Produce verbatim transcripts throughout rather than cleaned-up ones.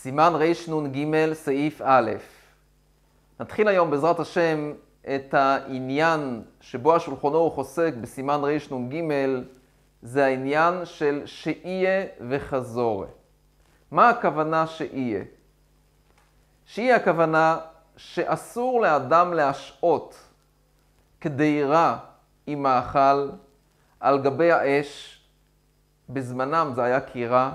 סימן רנ"ג סעיף א'. נתחיל היום בעזרת השם את העניין שבו השולחן ערוך עוסק בסימן רנ"ג, זה העניין של שיהיה וחזורה. מה הכוונה שיהיה? שיהיה הכוונה שאסור לאדם להשעות קדירה עם מאכל על גבי האש, בזמנם זה היה קירה,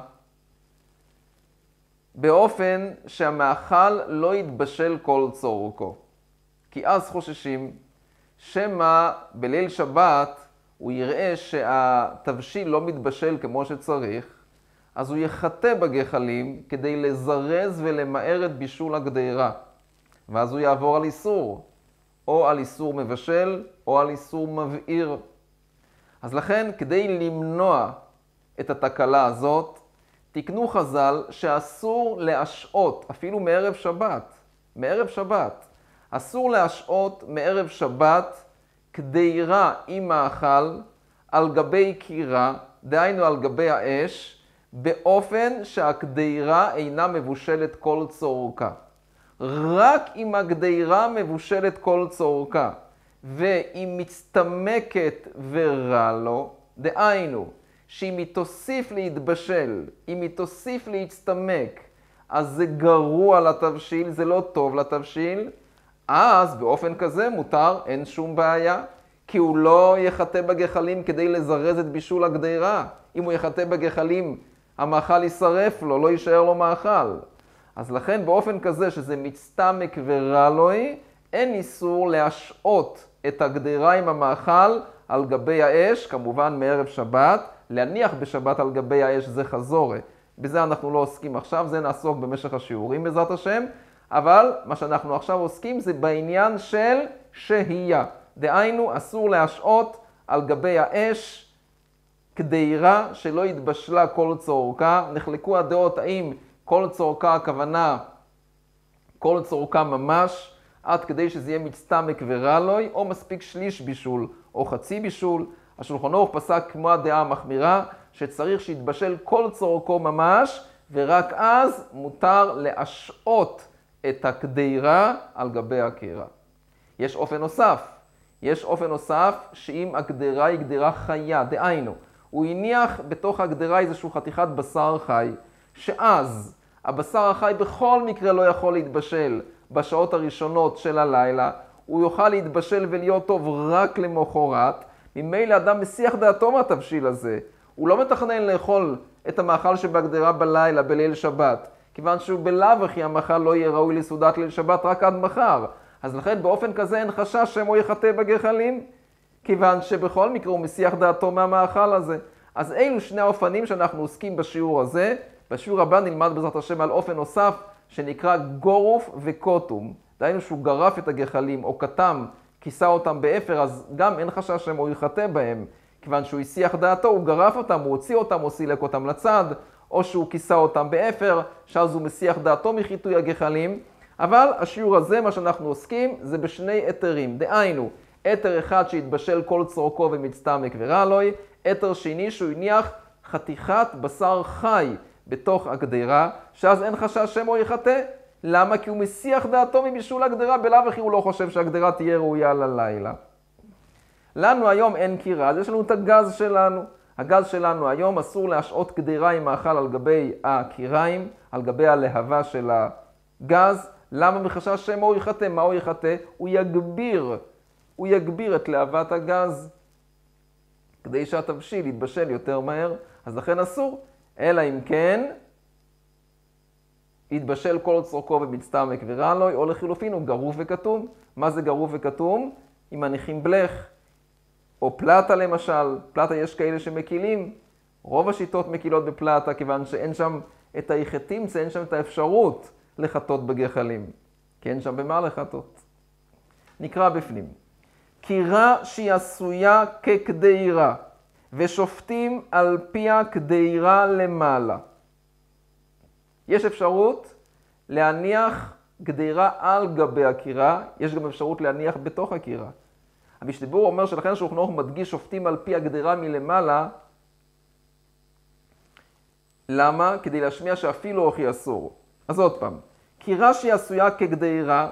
באופן שהמאכל לא יתבשל כל צורכו. כי אז חוששים שמא בליל שבת הוא יראה שהתבשיל לא מתבשל כמו שצריך, אז הוא יחטא בגחלים כדי לזרז ולמהר את בישול הגדירה. ואז הוא יעבור על איסור, או על איסור מבשל, או על איסור מבעיר. אז לכן, כדי למנוע את התקלה הזאת, תקנו חז"ל שאסור להשעות, אפילו מערב שבת, מערב שבת, אסור להשעות מערב שבת קדירה עם מאכל על גבי קירה, דהיינו על גבי האש, באופן שהקדירה אינה מבושלת כל צורכה. רק אם הקדירה מבושלת כל צורכה, והיא מצטמקת ורע לו, דהיינו, שאם היא תוסיף להתבשל, אם היא תוסיף להצטמק, אז זה גרוע לתבשיל, זה לא טוב לתבשיל, אז באופן כזה מותר, אין שום בעיה, כי הוא לא יחטא בגחלים כדי לזרז את בישול הגדירה. אם הוא יחטא בגחלים, המאכל יישרף לו, לא יישאר לו מאכל. אז לכן באופן כזה שזה מצטמק ורע לו, אין איסור להשעות את הגדירה עם המאכל על גבי האש, כמובן מערב שבת, להניח בשבת על גבי האש זה חזורה. בזה אנחנו לא עוסקים עכשיו, זה נעסוק במשך השיעורים בעזרת השם, אבל מה שאנחנו עכשיו עוסקים זה בעניין של שהייה. דהיינו, אסור להשעות על גבי האש קדירה שלא יתבשלה כל צורכה. נחלקו הדעות האם כל צורכה הכוונה, כל צורכה ממש, עד כדי שזה יהיה מצטמק ורע לו, או מספיק שליש בישול או חצי בישול. השולחן ערוך פסק כמו הדעה המחמירה, שצריך שיתבשל כל צורכו ממש, ורק אז מותר להשעות את הקדירה על גבי הקירה. יש אופן נוסף, יש אופן נוסף שאם הקדירה היא קדירה חיה, דהיינו, הוא הניח בתוך הקדירה איזשהו חתיכת בשר חי, שאז הבשר החי בכל מקרה לא יכול להתבשל בשעות הראשונות של הלילה, הוא יוכל להתבשל ולהיות טוב רק למחרת, ממילא אדם מסיח דעתו מהתבשיל הזה. הוא לא מתכנן לאכול את המאכל שבהקדרה בלילה, בליל שבת, כיוון שהוא בלאו הכי המאכל לא יהיה ראוי לסעודת ליל שבת רק עד מחר. אז לכן באופן כזה אין חשש שמו יחטא בגחלים, כיוון שבכל מקרה הוא מסיח דעתו מהמאכל הזה. אז אלו שני האופנים שאנחנו עוסקים בשיעור הזה. בשיעור הבא נלמד בעזרת השם על אופן נוסף שנקרא גורוף וקוטום. דהיינו שהוא גרף את הגחלים או קטם, כיסה אותם באפר, אז גם אין חשש שמו יחטא בהם. כיוון שהוא הסיח דעתו, הוא גרף אותם, הוא הוציא אותם, הוא סילק אותם לצד, או שהוא כיסה אותם באפר, שאז הוא מסיח דעתו מחיטוי הגחלים. אבל השיעור הזה, מה שאנחנו עוסקים, זה בשני אתרים. דהיינו, אתר אחד שהתבשל כל צורכו ומצטמק ורע לו, אתר שני שהוא הניח חתיכת בשר חי בתוך הקדירה, שאז אין חשש שמו יחטא. למה? כי הוא מסיח דעתו מבישול הגדירה, בלאו הכי הוא לא חושב שהגדירה תהיה ראויה ללילה. לנו היום אין קירה, אז יש לנו את הגז שלנו. הגז שלנו היום אסור להשעות קדירה עם מאכל על גבי הקיריים, על גבי הלהבה של הגז. למה? מחשש שמו הוא יחטא. מה הוא יחטא? הוא יגביר, הוא יגביר את להבת הגז, כדי שהתבשיל יתבשל יותר מהר, אז לכן אסור. אלא אם כן, יתבשל כל צורכו ומצטמק ורע לו, או לחילופין הוא גרוף וכתום. מה זה גרוף וכתום? אם מניחים בלך, או פלטה למשל, פלטה יש כאלה שמקילים, רוב השיטות מקילות בפלטה, כיוון שאין שם את היחטים, אין שם את האפשרות לחטות בגחלים, כי אין שם במה לחטות. נקרא בפנים. קירה שהיא עשויה כקדירה, ושופטים על פי הקדירה למעלה. יש אפשרות להניח קדירה על גבי הקירה, יש גם אפשרות להניח בתוך הקירה. המשתבר אומר שלכן השולחן ערוך מדגיש שופטים על פי הקדירה מלמעלה, למה? כדי להשמיע שאפילו אוכי אסור. אז עוד פעם, כי רש"י עשויה כגדירה,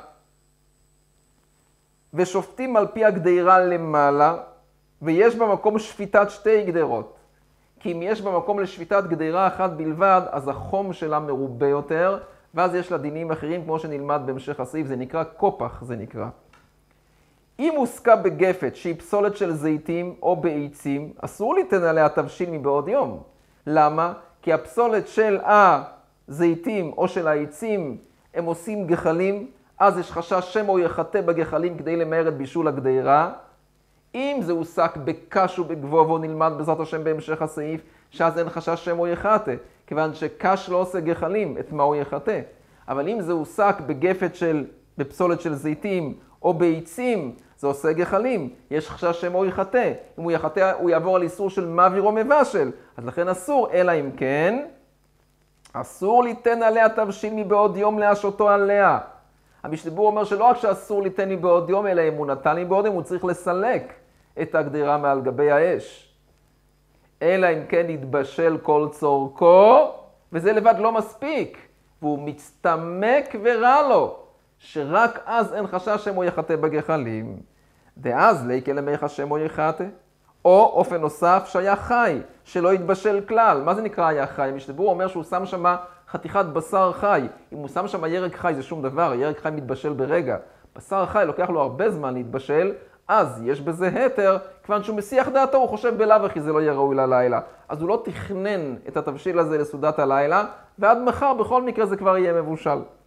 ושופטים על פי הגדירה למעלה, ויש במקום שפיטת שתי גדרות. כי אם יש במקום לשפיטת גדירה אחת בלבד, אז החום שלה מרובה יותר, ואז יש לה דינים אחרים, כמו שנלמד בהמשך הסעיף, זה נקרא קופח, זה נקרא. אם עוסקה בגפת שהיא פסולת של זיתים או בעצים, אסור ליתן עליה תבשיל מבעוד יום. למה? כי הפסולת של הזיתים או של העצים הם עושים גחלים, אז יש חשש שמא הוא יחטא בגחלים כדי למהר את בישול הגדירה. אם זה עוסק בקש ובגבובו, נלמד בעזרת השם בהמשך הסעיף, שאז אין חשש שמא הוא יחטא, כיוון שקש לא עושה גחלים, את מה הוא יחטא. אבל אם זה עוסק בגפת של, בפסולת של זיתים או בעצים, זה עושה גחלים, יש חשש שמא הוא יחטא. אם הוא יחטא, הוא יעבור על איסור של מעביר או מבשל, אז לכן אסור, אלא אם כן, אסור ליתן עליה תבשיל מבעוד יום להשותו עליה. המשתבור אומר שלא רק שאסור ליתן מבעוד יום, אלא אם הוא נתן מבעוד יום, הוא צריך לסלק את הגדירה מעל גבי האש. אלא אם כן יתבשל כל צורכו, וזה לבד לא מספיק, והוא מצטמק ורע לו, שרק אז אין חשש שמו יחטא בגחלים. ואז ליקה למיכה שמו יחטא. או אופן נוסף שהיה חי, שלא יתבשל כלל. מה זה נקרא היה חי? משתבור אומר שהוא שם שם חתיכת בשר חי. אם הוא שם שם ירק חי זה שום דבר, הירק חי מתבשל ברגע. בשר חי לוקח לו הרבה זמן להתבשל, אז יש בזה היתר, כיוון שהוא מסיח דעתו, הוא חושב בלאו הכי זה לא יהיה ראוי ללילה. אז הוא לא תכנן את התבשיל הזה לסעודת הלילה, ועד מחר בכל מקרה זה כבר יהיה מבושל.